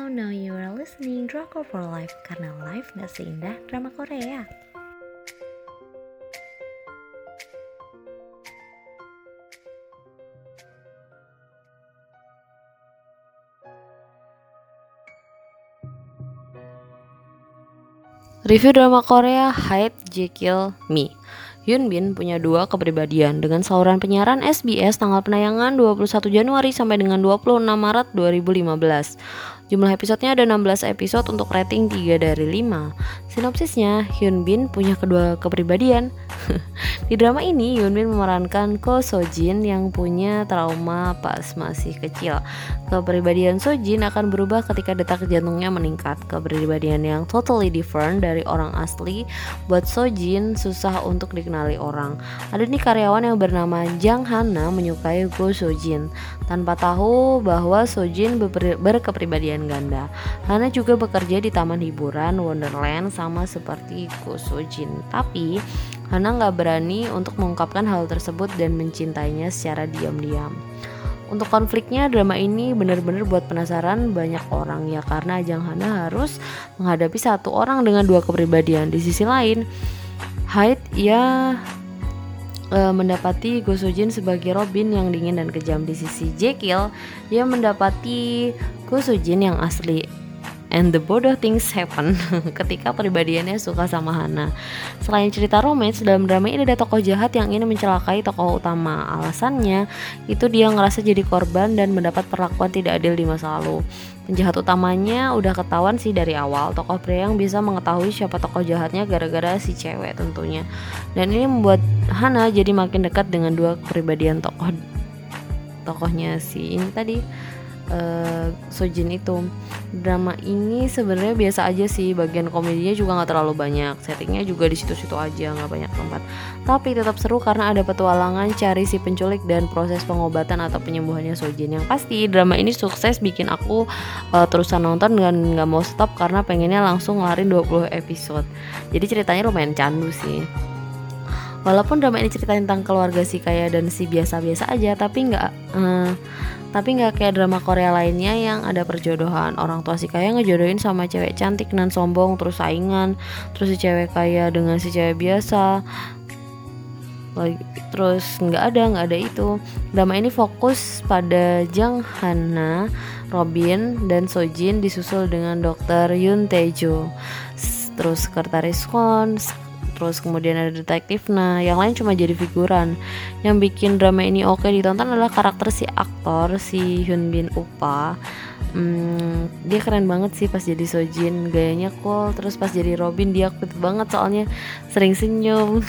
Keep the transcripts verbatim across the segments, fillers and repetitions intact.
Hello, now you are listening Drakor for Life karena life gak seindah drama Korea. Review drama Korea Hide, Jekyll, Me. Hyun Bin punya dua kepribadian dengan saluran penyiaran S B S tanggal penayangan dua puluh satu Januari sampai dengan dua puluh enam Maret dua ribu lima belas. Jumlah episodenya ada enam belas episode untuk rating tiga dari lima. Sinopsisnya, Hyun Bin punya kedua kepribadian. Di drama ini, Hyun Bin memerankan Ko Sojin yang punya trauma pas masih kecil. Kepribadian Sojin akan berubah ketika detak jantungnya meningkat. Kepribadian yang totally different dari orang asli buat Sojin susah untuk dikenali orang. Ada nih karyawan yang bernama Jang Hana menyukai Ko Sojin tanpa tahu bahwa Sojin ber- berkepribadian ganda. Hana juga bekerja di taman hiburan Wonderland sama seperti Ko Sojin. Tapi Hana nggak berani untuk mengungkapkan hal tersebut dan mencintainya secara diam-diam. Untuk konfliknya, drama ini benar-benar buat penasaran banyak orang ya, karena Jang Hana harus menghadapi satu orang dengan dua kepribadian. Di sisi lain, Hyde ia e, mendapati Go Sojin sebagai Robin yang dingin dan kejam. Di sisi Jekyll, ia mendapati Go Sojin yang asli. And the bodoh things happen ketika pribadiannya suka sama Hana. Selain cerita romance, dalam drama ini ada tokoh jahat yang ingin mencelakai tokoh utama. Alasannya itu dia ngerasa jadi korban dan mendapat perlakuan tidak adil di masa lalu. Penjahat utamanya udah ketahuan sih dari awal. Tokoh pria yang bisa mengetahui siapa tokoh jahatnya gara-gara si cewek tentunya. Dan ini membuat Hana jadi makin dekat dengan dua kepribadian tokoh tokohnya si ini tadi Uh, Sojin itu. Drama ini sebenarnya biasa aja sih, bagian komedinya juga nggak terlalu banyak, settingnya juga di situ-situ aja, nggak banyak tempat. Tapi tetap seru karena ada petualangan cari si penculik dan proses pengobatan atau penyembuhannya Sojin. Yang pasti drama ini sukses bikin aku uh, terusan nonton dan nggak mau stop karena pengennya langsung ngelarin dua puluh episode. Jadi ceritanya lumayan candu sih. Walaupun drama ini cerita tentang keluarga si kaya dan si biasa-biasa aja, tapi nggak uh, tapi nggak kayak drama Korea lainnya yang ada perjodohan. Orang tua si kaya ngejodohin sama cewek cantik dan sombong, terus saingan, terus si cewek kaya dengan si cewek biasa. Terus nggak ada nggak ada itu. Drama ini fokus pada Jang Hana, Robin, dan Sojin disusul dengan dokter Yoon Tae-jo, terus sekretaris Kwon, terus kemudian ada detektif. Nah, yang lain cuma jadi figuran. Yang bikin drama ini oke ditonton adalah karakter si aktor si Hyun Bin Upa. Hmm, dia keren banget sih pas jadi Sojin, gayanya cool. Terus pas jadi Robin dia cute banget soalnya sering senyum.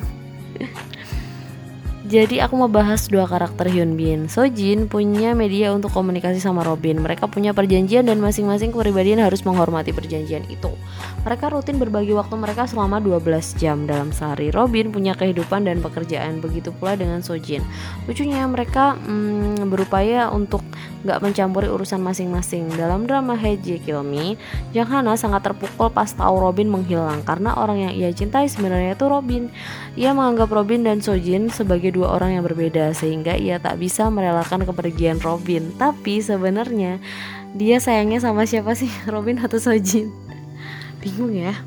Jadi aku mau bahas dua karakter Hyun Bin. Sojin punya media untuk komunikasi sama Robin. Mereka punya perjanjian dan masing-masing kepribadian harus menghormati perjanjian itu. Mereka rutin berbagi waktu mereka selama dua belas jam dalam sehari. Robin punya kehidupan dan pekerjaan, begitu pula dengan Sojin. Lucunya mereka hmm, berupaya untuk gak mencampuri urusan masing-masing. Dalam drama Hide, Jekyll, Me, Jang Hana sangat terpukul pas tahu Robin menghilang karena orang yang ia cintai sebenarnya itu Robin. Ia menganggap Robin dan Sojin sebagai dua orang yang berbeda sehingga ia tak bisa merelakan kepergian Robin. Tapi sebenarnya dia sayangnya sama siapa sih, Robin atau Sojin? Bingung ya.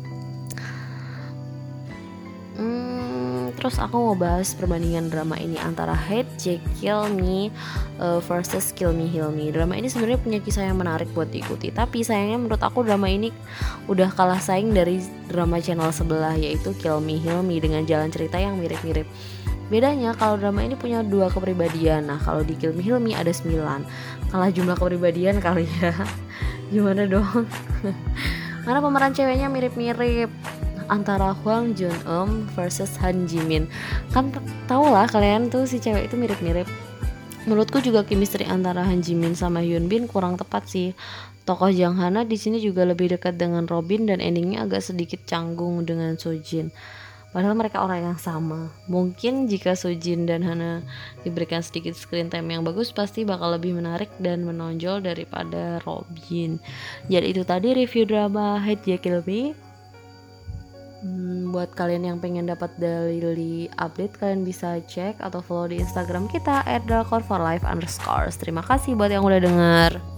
Hmm, terus aku mau bahas perbandingan drama ini antara Hide, Jekyll, Me uh, versus Kill Me, Heal Me. Drama ini sebenarnya punya kisah yang menarik buat diikuti, tapi sayangnya menurut aku drama ini udah kalah saing dari drama channel sebelah, yaitu Kill Me, Heal Me, dengan jalan cerita yang mirip-mirip. Bedanya kalau drama ini punya dua kepribadian. Nah, kalau di Kill Me, Heal Me ada sembilan. Kalah jumlah kepribadian kali ya. Gimana dong? Karena pemeran ceweknya mirip-mirip antara Hwang Jun Eum versus Han Ji Min. Kan tau lah kalian tuh si cewek itu mirip-mirip. Menurutku juga chemistry antara Han Ji Min sama Hyun Bin kurang tepat sih. Tokoh Jang Hana di sini juga lebih dekat dengan Robin dan endingnya agak sedikit canggung dengan Sojin. Padahal mereka orang yang sama. Mungkin jika Sojin dan Hana diberikan sedikit screen time yang bagus, pasti bakal lebih menarik dan menonjol daripada Robin. Jadi itu tadi review drama Hide, Jekyll, Me. Hmm, buat kalian yang pengen dapat daily update, kalian bisa cek atau follow di Instagram kita at drakor for life underscore. Terima kasih buat yang udah denger.